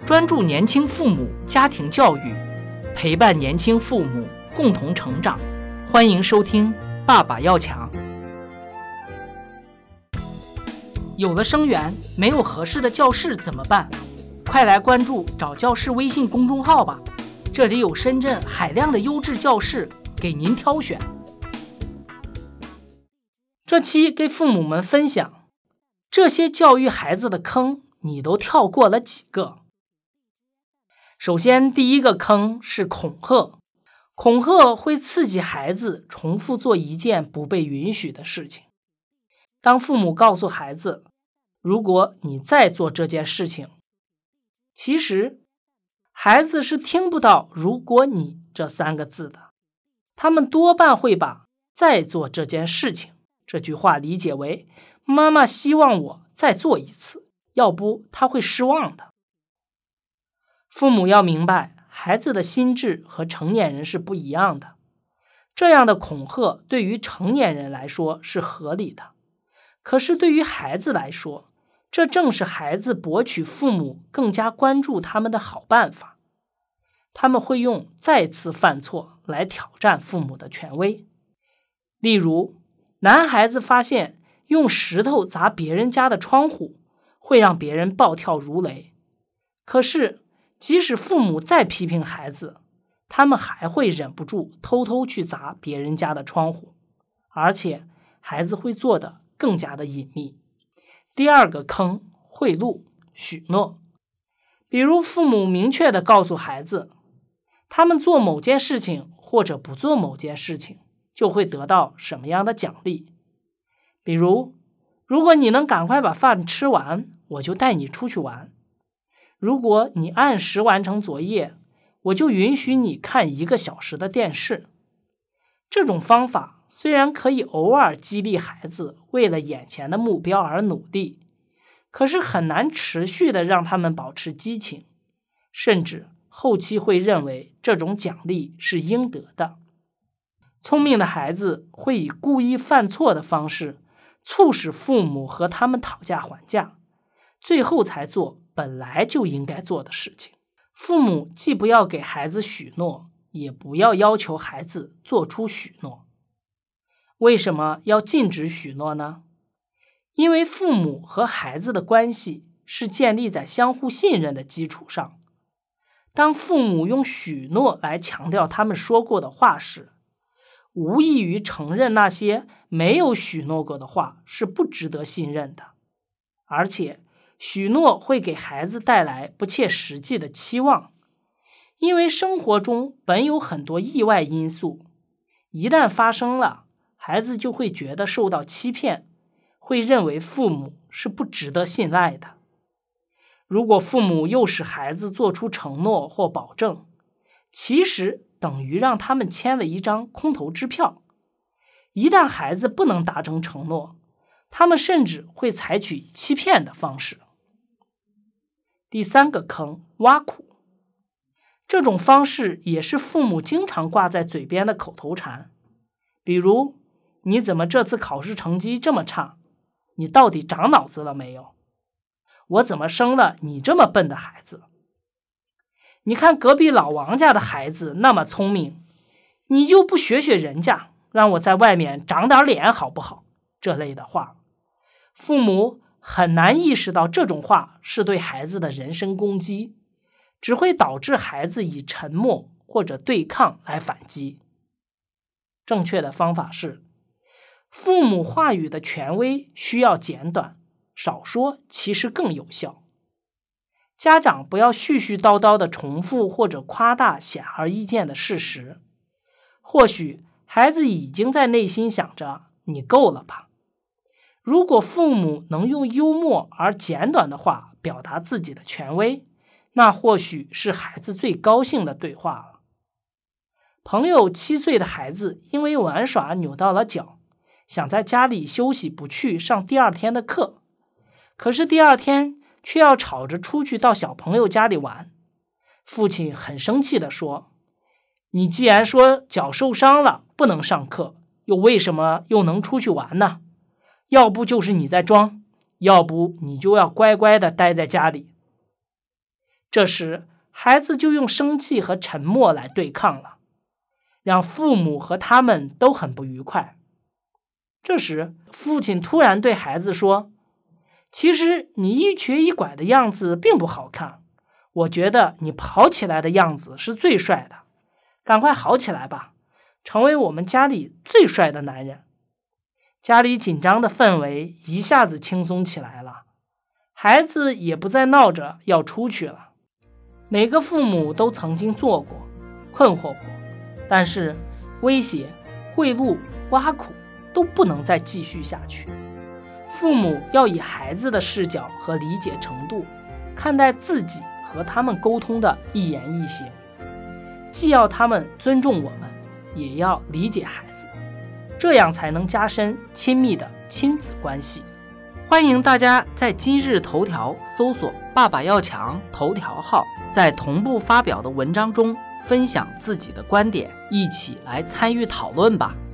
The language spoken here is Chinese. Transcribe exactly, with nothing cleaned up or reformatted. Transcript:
专注年轻父母家庭教育，陪伴年轻父母共同成长。欢迎收听《爸爸要强》。有了生源，没有合适的教室怎么办？快来关注找教室微信公众号吧，这里有深圳海量的优质教室给您挑选。这期给父母们分享，这些教育孩子的坑，你都跳过了几个？首先，第一个坑是恐吓。恐吓会刺激孩子重复做一件不被允许的事情。当父母告诉孩子，如果你再做这件事情，其实孩子是听不到如果你这三个字的，他们多半会把再做这件事情这句话理解为妈妈希望我再做一次，要不他会失望的。父母要明白，孩子的心智和成年人是不一样的，这样的恐吓对于成年人来说是合理的，可是对于孩子来说，这正是孩子博取父母更加关注他们的好办法。他们会用再次犯错来挑战父母的权威。例如，男孩子发现用石头砸别人家的窗户会让别人暴跳如雷，可是即使父母再批评孩子，他们还会忍不住偷偷去砸别人家的窗户，而且孩子会做得更加的隐秘。第二个坑，贿赂、许诺。比如父母明确地告诉孩子，他们做某件事情或者不做某件事情就会得到什么样的奖励。比如，如果你能赶快把饭吃完，我就带你出去玩。如果你按时完成作业，我就允许你看一个小时的电视。这种方法虽然可以偶尔激励孩子为了眼前的目标而努力，可是很难持续的让他们保持激情，甚至后期会认为这种奖励是应得的。聪明的孩子会以故意犯错的方式促使父母和他们讨价还价，最后才做本来就应该做的事情。父母既不要给孩子许诺，也不要要求孩子做出许诺。为什么要禁止许诺呢？因为父母和孩子的关系是建立在相互信任的基础上。当父母用许诺来强调他们说过的话时，无异于承认那些没有许诺过的话是不值得信任的，而且许诺会给孩子带来不切实际的期望，因为生活中本有很多意外因素，一旦发生了，孩子就会觉得受到欺骗，会认为父母是不值得信赖的。如果父母又使孩子做出承诺或保证，其实等于让他们签了一张空头支票。一旦孩子不能达成承诺，他们甚至会采取欺骗的方式。第三个坑，挖苦。这种方式也是父母经常挂在嘴边的口头禅，比如，你怎么这次考试成绩这么差？你到底长脑子了没有？我怎么生了你这么笨的孩子？你看隔壁老王家的孩子那么聪明，你就不学学人家，让我在外面长点脸好不好？这类的话，父母很难意识到这种话是对孩子的人身攻击，只会导致孩子以沉默或者对抗来反击。正确的方法是，父母话语的权威需要简短，少说其实更有效。家长不要絮絮叨叨地重复或者夸大显而易见的事实，或许孩子已经在内心想着你够了吧。如果父母能用幽默而简短的话表达自己的权威，那或许是孩子最高兴的对话了。朋友七岁的孩子因为玩耍扭到了脚，想在家里休息不去上第二天的课，可是第二天却要吵着出去到小朋友家里玩。父亲很生气地说，你既然说脚受伤了不能上课，又为什么又能出去玩呢？要不就是你在装，要不你就要乖乖的待在家里。 这时孩子就用生气和沉默来对抗了，让父母和他们都很不愉快。这时父亲突然对孩子说，其实你一瘸一拐的样子并不好看，我觉得你跑起来的样子是最帅的，赶快好起来吧，成为我们家里最帅的男人。家里紧张的氛围一下子轻松起来了，孩子也不再闹着要出去了。每个父母都曾经做过，困惑过，但是威胁、贿赂、挖苦都不能再继续下去。父母要以孩子的视角和理解程度看待自己和他们沟通的一言一行，既要他们尊重我们，也要理解孩子，这样才能加深亲密的亲子关系。欢迎大家在今日头条搜索爸爸要强头条号，在同步发表的文章中分享自己的观点，一起来参与讨论吧。